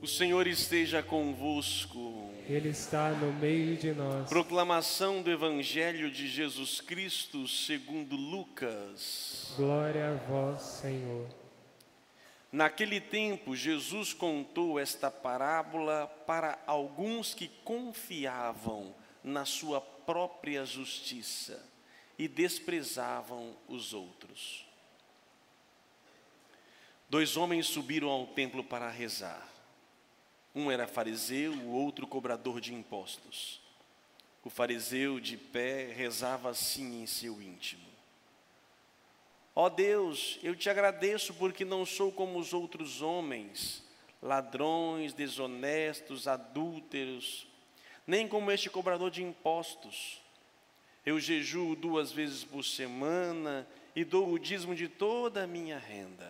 O Senhor esteja convosco. Ele está no meio de nós. Proclamação do Evangelho de Jesus Cristo segundo Lucas. Glória a vós, Senhor. Naquele tempo, Jesus contou esta parábola para alguns que confiavam na sua própria justiça e desprezavam os outros. 2 homens subiram ao templo para rezar. Um era fariseu, o outro cobrador de impostos. O fariseu, de pé, rezava assim em seu íntimo: Ó Deus, eu te agradeço porque não sou como os outros homens, ladrões, desonestos, adúlteros, nem como este cobrador de impostos. Eu jejuo 2 vezes por semana e dou o dízimo de toda a minha renda.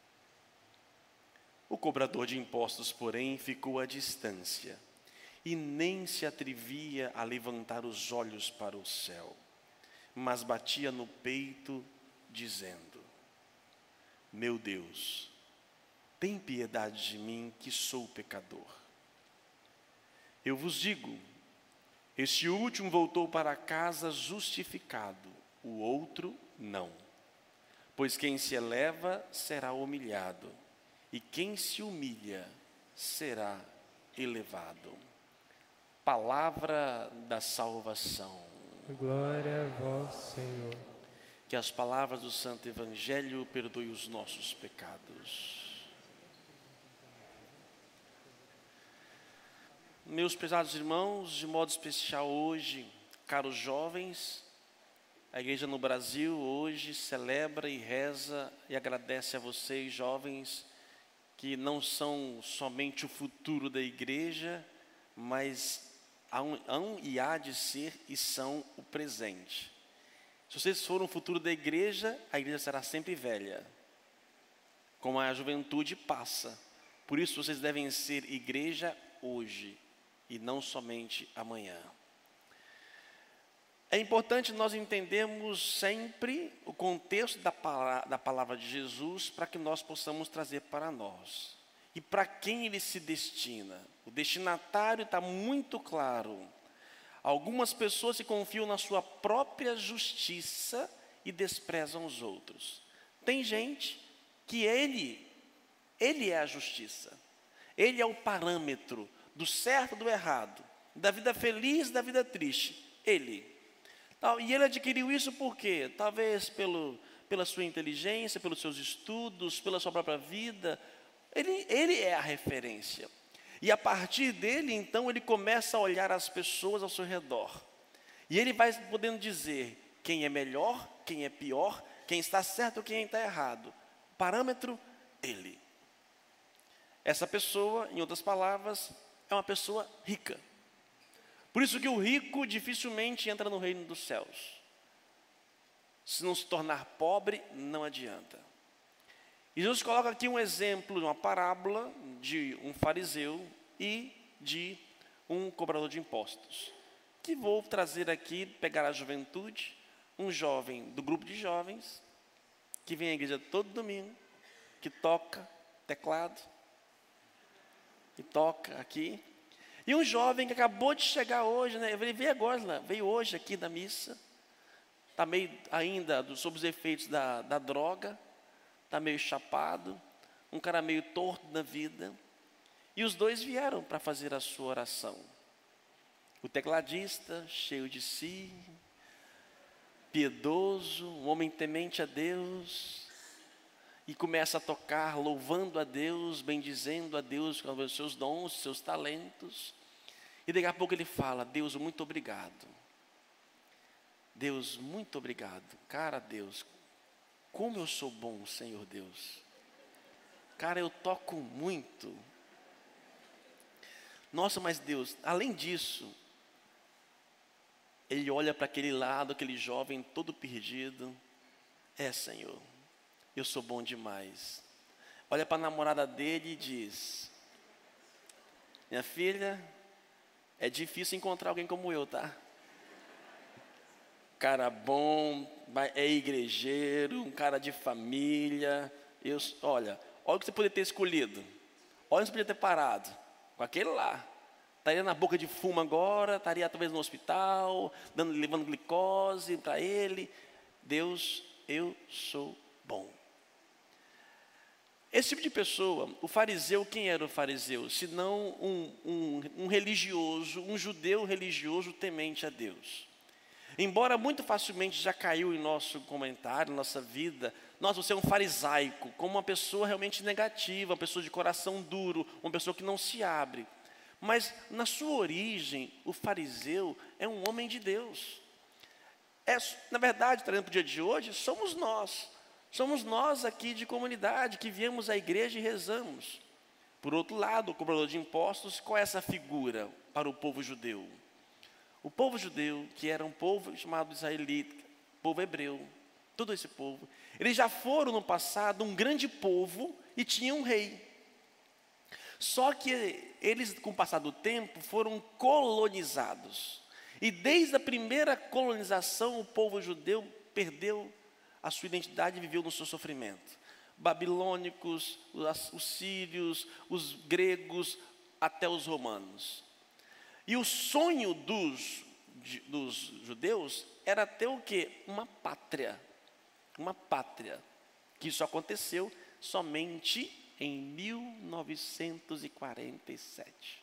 O cobrador de impostos, porém, ficou à distância e nem se atrevia a levantar os olhos para o céu, mas batia no peito, dizendo: Meu Deus, tem piedade de mim, que sou pecador. Eu vos digo, este último voltou para casa justificado, o outro não. Pois quem se eleva será humilhado, e quem se humilha será elevado. Palavra da salvação. Glória a vós, Senhor. Que as palavras do Santo Evangelho perdoem os nossos pecados. Meus prezados irmãos, de modo especial hoje, caros jovens, a igreja no Brasil hoje celebra e reza e agradece a vocês, jovens, que não são somente o futuro da igreja, mas hão e há de ser e são o presente. Se vocês forem o futuro da igreja, a igreja será sempre velha, como a juventude passa. Por isso vocês devem ser igreja hoje e não somente amanhã. É importante nós entendermos sempre o contexto da palavra de Jesus para que nós possamos trazer para nós. E para quem ele se destina. O destinatário está muito claro. Algumas pessoas se confiam na sua própria justiça e desprezam os outros. Tem gente que ele é a justiça. Ele é o parâmetro do certo e do errado, da vida feliz e da vida triste. E ele adquiriu isso por quê? Talvez pela sua inteligência, pelos seus estudos, pela sua própria vida. Ele é a referência. E a partir dele, então, ele começa a olhar as pessoas ao seu redor. E ele vai podendo dizer quem é melhor, quem é pior, quem está certo ou quem está errado. Parâmetro, ele. Essa pessoa, em outras palavras, é uma pessoa rica. Por isso que o rico dificilmente entra no reino dos céus. Se não se tornar pobre, não adianta. E Jesus coloca aqui um exemplo, uma parábola de um fariseu e de um cobrador de impostos. Que vou trazer aqui, pegar a juventude, um jovem do grupo de jovens, que vem à igreja todo domingo, que toca teclado, e toca aqui. E um jovem que acabou de chegar hoje, né? Ele veio agora, veio hoje aqui da missa, está meio ainda sob os efeitos da droga, está meio chapado, um cara meio torto na vida. E os dois vieram para fazer a sua oração. O tecladista, cheio de si, piedoso, um homem temente a Deus, e começa a tocar, louvando a Deus, bendizendo a Deus com os seus dons, seus talentos. E daqui a pouco ele fala: Deus, muito obrigado. Deus, muito obrigado. Cara, Deus, como eu sou bom, Senhor Deus. Cara, eu toco muito. Nossa, mas Deus, além disso, ele olha para aquele lado, aquele jovem todo perdido. Senhor, eu sou bom demais. Olha para a namorada dele e diz: minha filha, é difícil encontrar alguém como eu, tá? Cara bom, é igrejeiro, um cara de família. Olha o que você poderia ter escolhido. Olha onde você poderia ter parado. com aquele lá. Estaria na boca de fumo agora, estaria talvez no hospital, levando glicose para ele. Deus, eu sou bom. Esse tipo de pessoa, o fariseu, quem era o fariseu? Senão um religioso, um judeu religioso temente a Deus. Embora muito facilmente já caiu em nosso comentário, em nossa vida, nossa, você é um farisaico, como uma pessoa realmente negativa, uma pessoa de coração duro, uma pessoa que não se abre. Mas na sua origem, o fariseu é um homem de Deus. Na verdade, trazendo para o dia de hoje, somos nós. Somos nós aqui de comunidade que viemos à igreja e rezamos. Por outro lado, o cobrador de impostos, qual é essa figura para o povo judeu? O povo judeu, que era um povo chamado israelita, povo hebreu, todo esse povo, eles já foram no passado um grande povo e tinham um rei. Só que eles, com o passar do tempo, foram colonizados. E desde a primeira colonização, o povo judeu perdeu a sua identidade e viveu no seu sofrimento. Babilônicos, os sírios, os gregos, até os romanos. E o sonho dos judeus era ter o quê? Uma pátria. Uma pátria. Que isso aconteceu somente em 1947.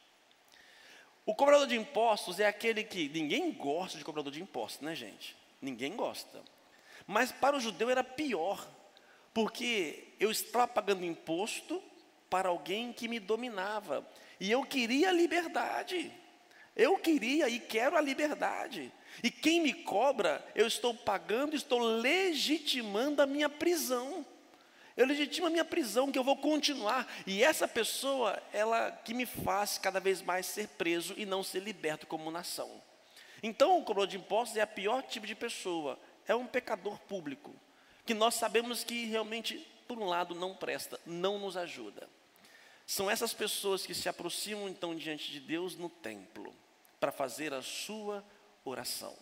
O cobrador de impostos é aquele que ninguém gosta de cobrador de impostos, né, gente? Ninguém gosta. Mas para o judeu era pior, porque eu estava pagando imposto para alguém que me dominava. E eu queria a liberdade. Eu queria e quero a liberdade. E quem me cobra, eu estou pagando, estou legitimando a minha prisão. Eu legitimo a minha prisão, que eu vou continuar. E essa pessoa, ela que me faz cada vez mais ser preso e não ser liberto como nação. Então, o cobrador de impostos é a pior tipo de pessoa. É um pecador público, que nós sabemos que realmente, por um lado, não presta, não nos ajuda. São essas pessoas que se aproximam então diante de Deus no templo, para fazer a sua oração.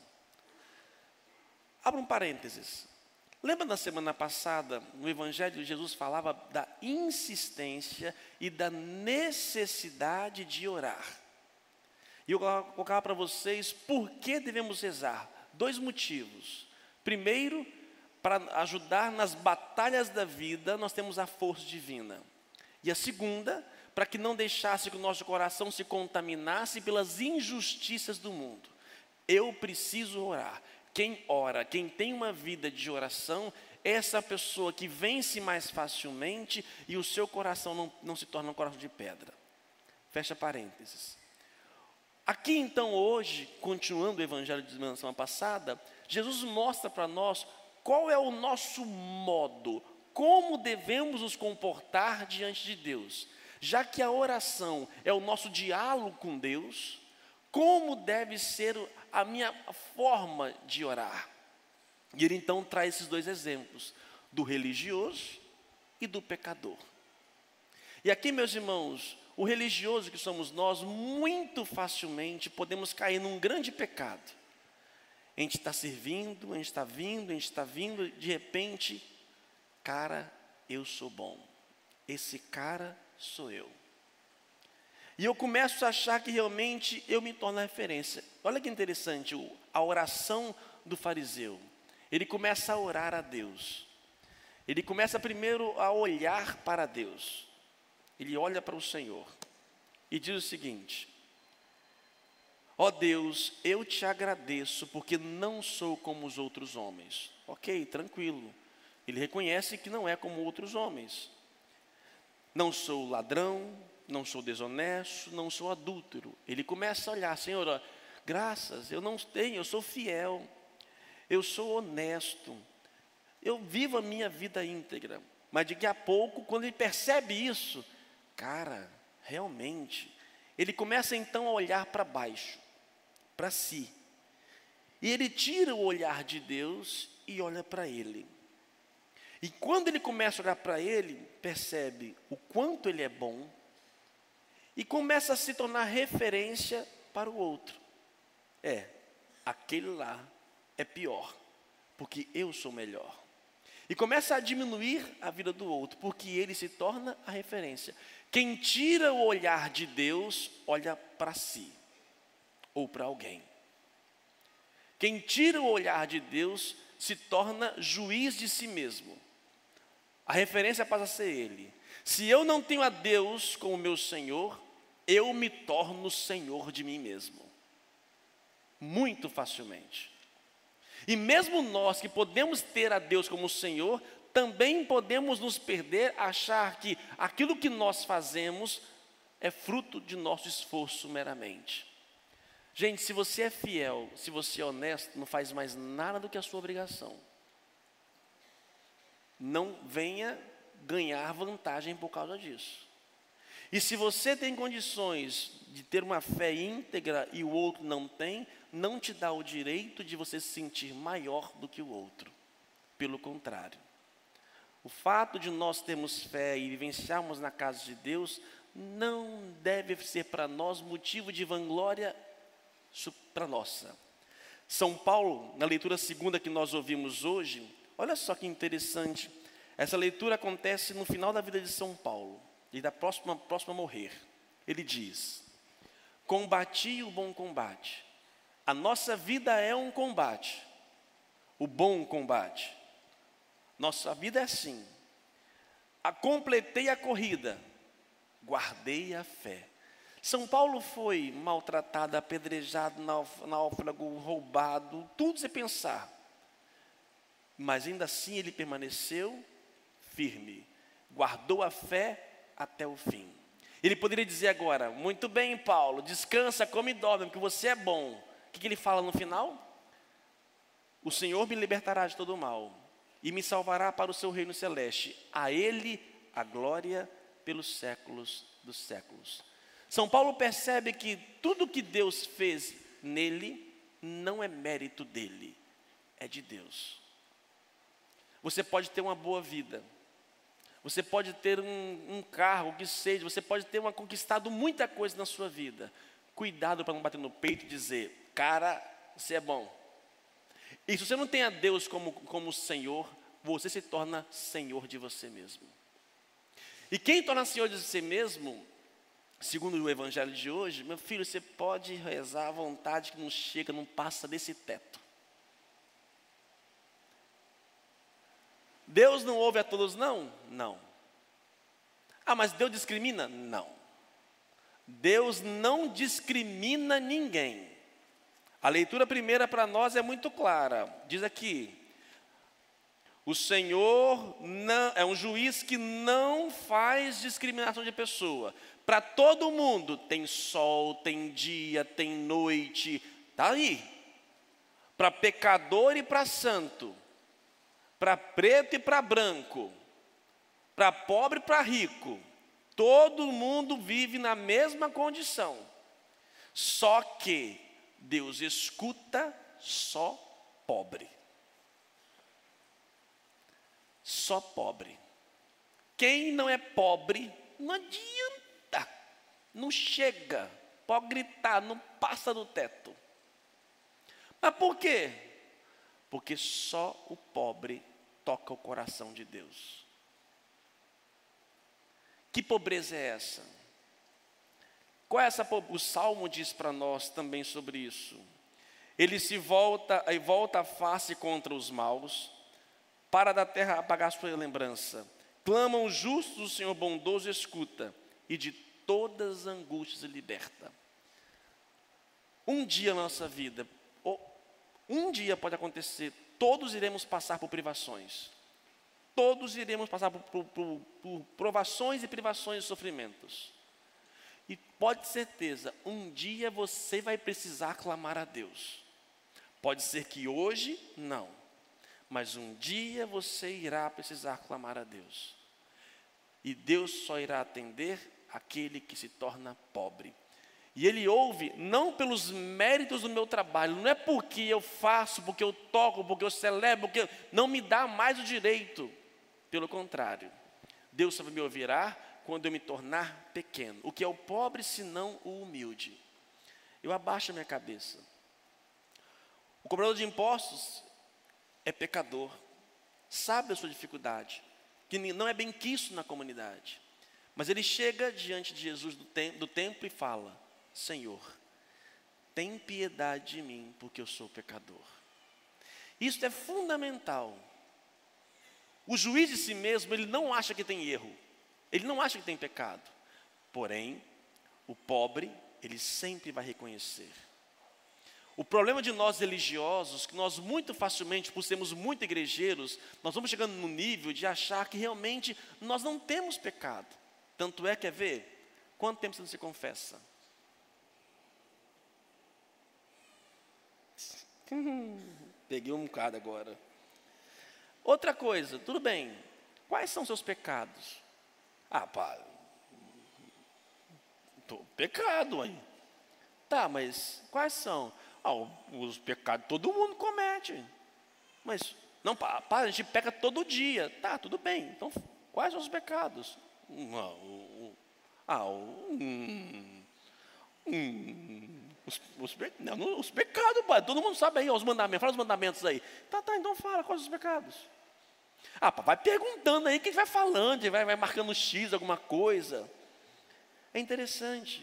Abra um parênteses. Lembra na semana passada, no Evangelho, Jesus falava da insistência e da necessidade de orar. E eu colocava para vocês por que devemos rezar. 2 motivos. Primeiro, para ajudar nas batalhas da vida, nós temos a força divina. E a segunda, para que não deixasse que o nosso coração se contaminasse pelas injustiças do mundo. Eu preciso orar. Quem ora, quem tem uma vida de oração, é essa pessoa que vence mais facilmente e o seu coração não se torna um coração de pedra. Fecha parênteses. Aqui então hoje, continuando o evangelho de semana passada, Jesus mostra para nós qual é o nosso modo, como devemos nos comportar diante de Deus. Já que a oração é o nosso diálogo com Deus, como deve ser a minha forma de orar? E ele então traz esses 2 exemplos, do religioso e do pecador. E aqui, meus irmãos, o religioso que somos nós, muito facilmente podemos cair num grande pecado. A gente está servindo, a gente está vindo, de repente, cara, eu sou bom. Esse cara sou eu. E eu começo a achar que realmente eu me torno a referência. Olha que interessante, a oração do fariseu. Ele começa a orar a Deus. Ele começa primeiro a olhar para Deus. Ele olha para o Senhor e diz o seguinte: ó Deus, eu te agradeço porque não sou como os outros homens. Ok, tranquilo. Ele reconhece que não é como outros homens. Não sou ladrão, não sou desonesto, não sou adúltero. Ele começa a olhar, Senhor, ó, graças, eu não tenho, eu sou fiel, eu sou honesto, eu vivo a minha vida íntegra. Mas daqui a pouco, quando ele percebe isso, cara, realmente, ele começa então a olhar para baixo, para si. E ele tira o olhar de Deus e olha para ele. E quando ele começa a olhar para ele, percebe o quanto ele é bom, e começa a se tornar referência para o outro. Aquele lá é pior, porque eu sou melhor. e começa a diminuir a vida do outro, porque ele se torna a referência. Quem tira o olhar de Deus, olha para si ou para alguém. Quem tira o olhar de Deus se torna juiz de si mesmo. A referência passa a ser Ele. Se eu não tenho a Deus como meu Senhor, eu me torno Senhor de mim mesmo. Muito facilmente. E mesmo nós que podemos ter a Deus como Senhor, também podemos nos perder, achar que aquilo que nós fazemos é fruto de nosso esforço meramente. Gente, se você é fiel, se você é honesto, não faz mais nada do que a sua obrigação. Não venha ganhar vantagem por causa disso. E se você tem condições de ter uma fé íntegra e o outro não tem, não te dá o direito de você se sentir maior do que o outro. Pelo contrário. O fato de nós termos fé e vivenciarmos na casa de Deus não deve ser para nós motivo de vanglória para nossa. São Paulo, na leitura segunda que nós ouvimos hoje, olha só que interessante. Essa leitura acontece no final da vida de São Paulo. E da próxima a morrer. Ele diz: combati o bom combate. A nossa vida é um combate. O bom combate. Nossa vida é assim. Completei a corrida. Guardei a fé. São Paulo foi maltratado, apedrejado, náufrago, roubado, tudo sem pensar. Mas ainda assim ele permaneceu firme. Guardou a fé até o fim. Ele poderia dizer agora: muito bem, Paulo, descansa, come e dorme, porque você é bom. O que ele fala no final? O Senhor me libertará de todo o mal e me salvará para o seu reino celeste. A Ele a glória pelos séculos dos séculos. São Paulo percebe que tudo que Deus fez nele não é mérito dele, é de Deus. Você pode ter uma boa vida. Você pode ter um carro, o que seja, você pode ter conquistado muita coisa na sua vida. Cuidado para não bater no peito e dizer: cara, você é bom. E se você não tem a Deus como Senhor, você se torna Senhor de você mesmo. E quem torna Senhor de si mesmo, segundo o Evangelho de hoje, meu filho, você pode rezar à vontade que não chega, não passa desse teto. Deus não ouve a todos, não? Não. Ah, mas Deus discrimina? Não. Deus não discrimina ninguém. A leitura primeira para nós é muito clara. Diz aqui: o Senhor é um juiz que não faz discriminação de pessoa. Para todo mundo, tem sol, tem dia, tem noite. Está aí. Para pecador e para santo. Para preto e para branco, para pobre e para rico, todo mundo vive na mesma condição. Só que Deus escuta só pobre. Só pobre. Quem não é pobre, não adianta, não chega, pode gritar, não passa do teto. Mas por quê? Porque só o pobre toca o coração de Deus. Que pobreza é essa? Qual é essa pobreza? O Salmo diz para nós também sobre isso. Ele volta a face contra os maus, para da terra apagar sua lembrança. Clamam os justos, o Senhor bondoso escuta, e de todas as angústias liberta. Um dia na nossa vida, um dia pode acontecer, todos iremos passar por privações. Todos iremos passar por provações e privações e sofrimentos. E pode ter certeza, um dia você vai precisar clamar a Deus. Pode ser que hoje, não. Mas um dia você irá precisar clamar a Deus. E Deus só irá atender aquele que se torna pobre. E Ele ouve, não pelos méritos do meu trabalho, não é porque eu faço, porque eu toco, porque eu celebro, porque não me dá mais o direito. Pelo contrário, Deus só me ouvirá quando eu me tornar pequeno. O que é o pobre, senão o humilde? Eu abaixo a minha cabeça. O cobrador de impostos é pecador. sabe da sua dificuldade, que não é bem quisto na comunidade. Mas ele chega diante de Jesus do templo e fala: Senhor, tem piedade de mim, porque eu sou pecador. Isso é fundamental. O juiz de si mesmo, ele não acha que tem erro, ele não acha que tem pecado. Porém, o pobre, ele sempre vai reconhecer. O problema de nós religiosos, que nós muito facilmente, por sermos muito igrejeiros, nós vamos chegando no nível de achar que realmente nós não temos pecado. Tanto é, quer ver? Quanto tempo você não se confessa? Peguei um bocado agora. Outra coisa, tudo bem. Quais são seus pecados? Pecado aí. Tá, mas quais são? Os pecados todo mundo comete. Mas, não, a gente peca todo dia. Tá, tudo bem. Então, quais são os pecados? Os pecados, pai, todo mundo sabe aí, os mandamentos, fala os mandamentos aí. Tá, então fala, quais são os pecados? Vai perguntando aí, que vai falando, vai marcando X, alguma coisa. É interessante.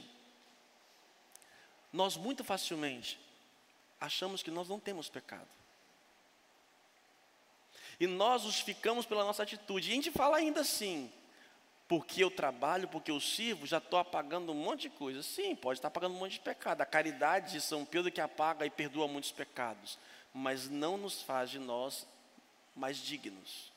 Nós muito facilmente achamos que nós não temos pecado. E nós justificamos pela nossa atitude. E a gente fala ainda assim: porque eu trabalho, porque eu sirvo, já estou apagando um monte de coisa. Sim, pode estar apagando um monte de pecado. A caridade de São Pedro que apaga e perdoa muitos pecados, mas não nos faz de nós mais dignos.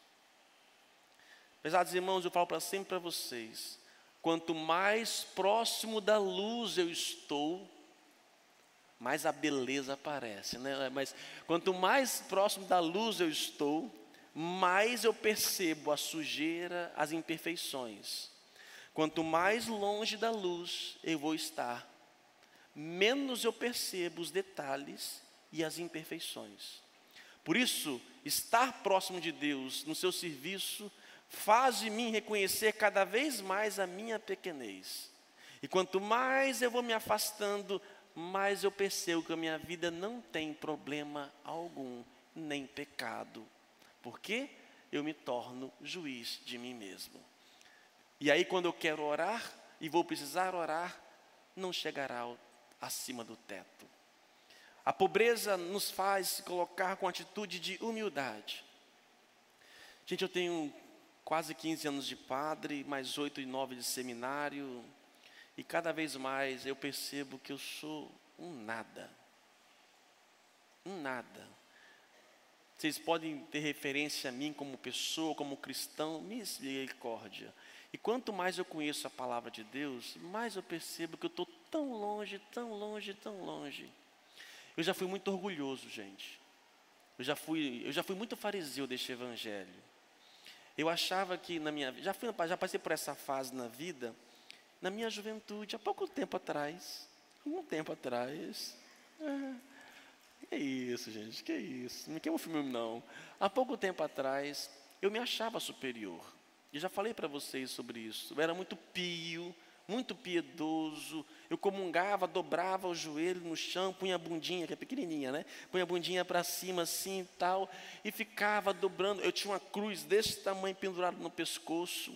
Pesados irmãos, eu falo sempre para vocês: quanto mais próximo da luz eu estou, mais a beleza aparece, né? Mas quanto mais próximo da luz eu estou, mais eu percebo a sujeira, as imperfeições. Quanto mais longe da luz eu vou estar, menos eu percebo os detalhes e as imperfeições. Por isso, estar próximo de Deus no seu serviço faz de mim reconhecer cada vez mais a minha pequenez. E quanto mais eu vou me afastando, mais eu percebo que a minha vida não tem problema algum, nem pecado. Porque eu me torno juiz de mim mesmo. E aí quando eu quero orar, e vou precisar orar, não chegará acima do teto. A pobreza nos faz se colocar com atitude de humildade. Gente, eu tenho quase 15 anos de padre, mais 8 e 9 de seminário, e cada vez mais eu percebo que eu sou um nada. Um nada. Vocês podem ter referência a mim como pessoa, como cristão, misericórdia. E quanto mais eu conheço a palavra de Deus, mais eu percebo que eu estou tão longe, tão longe, tão longe. Eu já fui muito orgulhoso, gente. Eu já fui muito fariseu deste evangelho. Eu achava que na minha vida, já passei por essa fase na vida, na minha juventude, há pouco tempo atrás. Algum tempo atrás. Que isso, gente, que isso. Não queima o filme, não. Há pouco tempo atrás, eu me achava superior. Eu já falei para vocês sobre isso. Eu era muito pio, muito piedoso. Eu comungava, dobrava o joelho no chão, punha a bundinha, que é pequenininha, né? Punha a bundinha para cima assim e tal, e ficava dobrando. Eu tinha uma cruz desse tamanho pendurada no pescoço,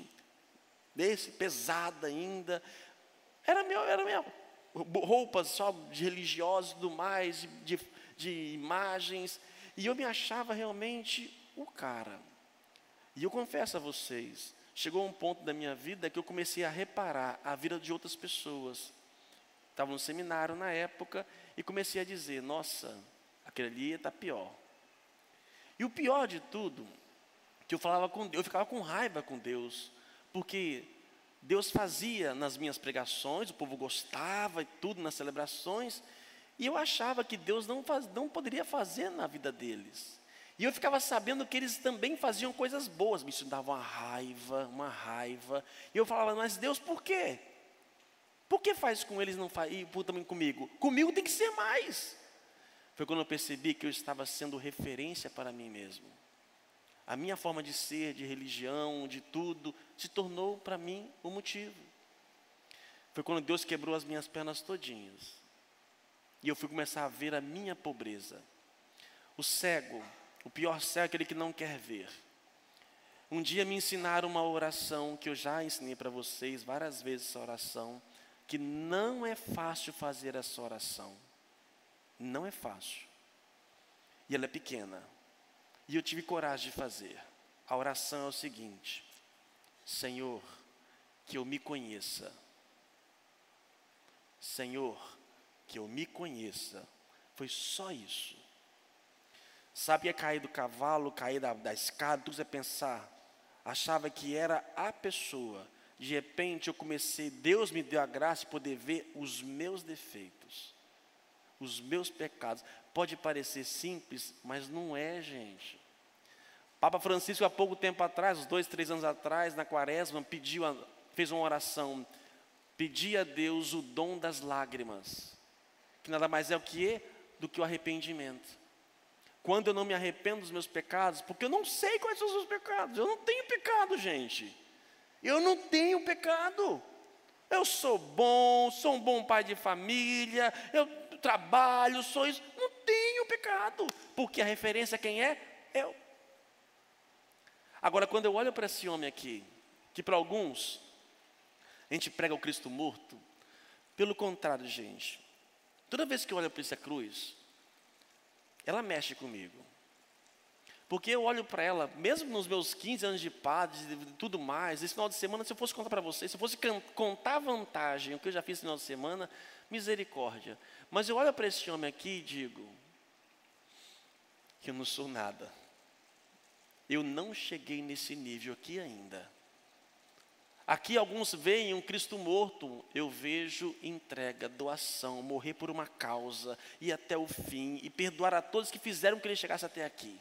pesada ainda. Era minha roupas só de religiosos e tudo mais, de imagens, e eu me achava realmente o cara. E eu confesso a vocês, chegou um ponto da minha vida que eu comecei a reparar a vida de outras pessoas. Estava no seminário na época e comecei a dizer: nossa, aquele ali está pior. E o pior de tudo, que eu falava com Deus, eu ficava com raiva com Deus, porque Deus fazia nas minhas pregações, o povo gostava e tudo nas celebrações, e eu achava que Deus não poderia fazer na vida deles. E eu ficava sabendo que eles também faziam coisas boas, me davam uma raiva. E eu falava: mas Deus, por quê? Por que faz com eles, não faz, e também comigo? Comigo tem que ser mais. Foi quando eu percebi que eu estava sendo referência para mim mesmo. A minha forma de ser, de religião, de tudo, se tornou para mim o motivo. Foi quando Deus quebrou as minhas pernas todinhas. E eu fui começar a ver a minha pobreza. O cego, o pior cego é aquele que não quer ver. Um dia me ensinaram uma oração que eu já ensinei para vocês várias vezes, essa oração, que não é fácil fazer essa oração. Não é fácil. E ela é pequena. E eu tive coragem de fazer. A oração é o seguinte: Senhor, que eu me conheça. Senhor, que eu me conheça. Foi só isso. Sabe, ia cair do cavalo, cair da escada, tudo você pensar. Achava que era a pessoa. De repente eu comecei, Deus me deu a graça de poder ver os meus defeitos, os meus pecados. Pode parecer simples, mas não é, gente. Papa Francisco, há pouco tempo atrás, uns 2, 3 anos atrás, na quaresma, fez uma oração, pedia a Deus o dom das lágrimas, que nada mais é o que é do que o arrependimento. Quando eu não me arrependo dos meus pecados, porque eu não sei quais são os meus pecados, eu não tenho pecado, gente. Eu não tenho pecado. Eu sou um bom pai de família, eu trabalho, sou isso. Não tenho pecado, porque a referência quem é? Eu. Agora, quando eu olho para esse homem aqui, que para alguns, a gente prega o Cristo morto, pelo contrário, gente, toda vez que eu olho para essa cruz, ela mexe comigo. Porque eu olho para ela, mesmo nos meus 15 anos de padre e tudo mais, esse final de semana, se eu fosse contar para vocês, se eu fosse contar a vantagem, o que eu já fiz no final de semana, misericórdia. Mas eu olho para esse homem aqui e digo, que eu não sou nada. Eu não cheguei nesse nível aqui ainda. Aqui alguns veem um Cristo morto, eu vejo entrega, doação, morrer por uma causa, ir até o fim e perdoar a todos que fizeram que ele chegasse até aqui.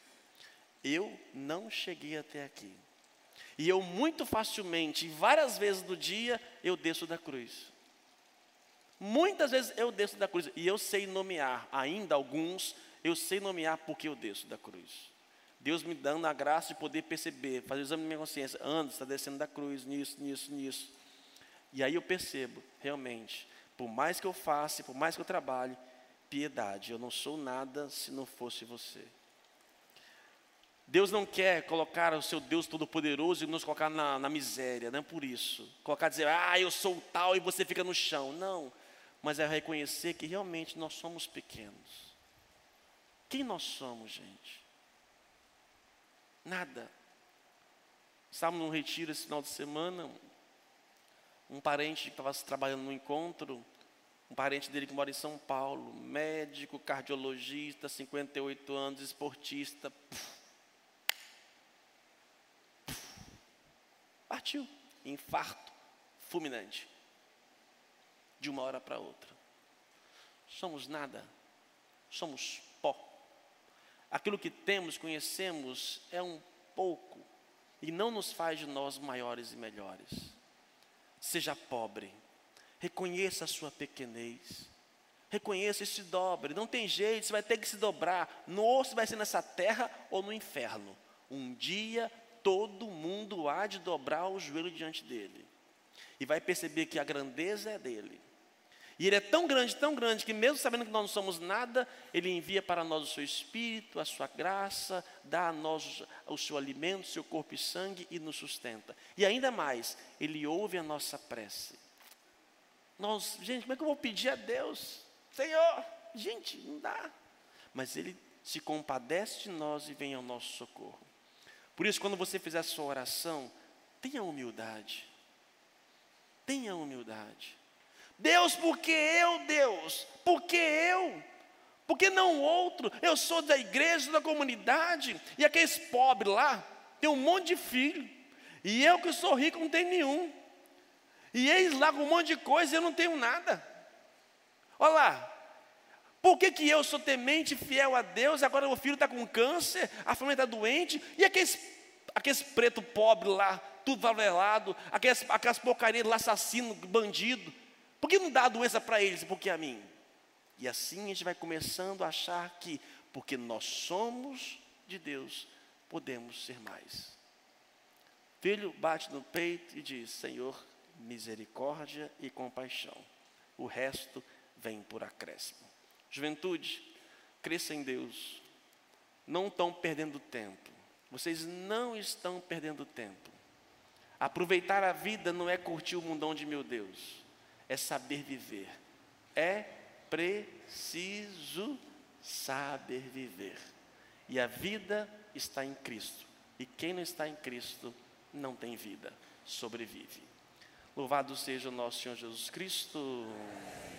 Eu não cheguei até aqui. E eu muito facilmente, várias vezes do dia, eu desço da cruz. Muitas vezes eu desço da cruz. E eu sei nomear, ainda alguns, eu sei nomear porque eu desço da cruz. Deus me dando a graça de poder perceber, fazer o exame da minha consciência. Anderson, está descendo da cruz, nisso. E aí eu percebo, realmente, por mais que eu faça, por mais que eu trabalhe, piedade. Eu não sou nada se não fosse você. Deus não quer colocar o seu Deus Todo-Poderoso e nos colocar na miséria, não é por isso. Colocar, dizer, eu sou tal e você fica no chão. Não, mas é reconhecer que realmente nós somos pequenos. Quem nós somos, gente? Nada. Estávamos num retiro esse final de semana, um parente que estava trabalhando no encontro, um parente dele que mora em São Paulo, médico, cardiologista, 58 anos, esportista, partiu, infarto fulminante, de uma hora para outra. Somos nada, somos pó. Aquilo que temos, conhecemos, é um pouco, e não nos faz de nós maiores e melhores. Seja pobre, reconheça a sua pequenez, reconheça e se dobre. Não tem jeito, você vai ter que se dobrar, ou se vai ser nessa terra ou no inferno. Um dia todo mundo há de dobrar o joelho diante dele, e vai perceber que a grandeza é dele. E ele é tão grande, que mesmo sabendo que nós não somos nada, ele envia para nós o seu Espírito, a sua graça, dá a nós o seu alimento, o seu corpo e sangue e nos sustenta. E ainda mais, ele ouve a nossa prece. Gente, como é que eu vou pedir a Deus? Senhor, gente, não dá. Mas ele se compadece de nós e vem ao nosso socorro. Por isso, quando você fizer a sua oração, tenha humildade. Tenha humildade. Deus, porque eu, Deus? Porque eu? Porque não outro? Eu sou da igreja, da comunidade, e aqueles pobres lá, tem um monte de filho, e eu que sou rico não tenho nenhum, e eles lá com um monte de coisa e eu não tenho nada. Olha lá, por que eu sou temente, fiel a Deus, agora o filho está com câncer, a família está doente, e aqueles preto pobre lá, tudo favelado, aquelas porcarias lá, assassino, bandido, por que não dá a doença para eles e por que a mim? E assim a gente vai começando a achar que, porque nós somos de Deus, podemos ser mais. Filho bate no peito e diz, Senhor, misericórdia e compaixão. O resto vem por acréscimo. Juventude, cresça em Deus. Não estão perdendo tempo. Vocês não estão perdendo tempo. Aproveitar a vida não é curtir o mundão de meu Deus, é saber viver. É preciso saber viver. E a vida está em Cristo. E quem não está em Cristo não tem vida, sobrevive. Louvado seja o nosso Senhor Jesus Cristo.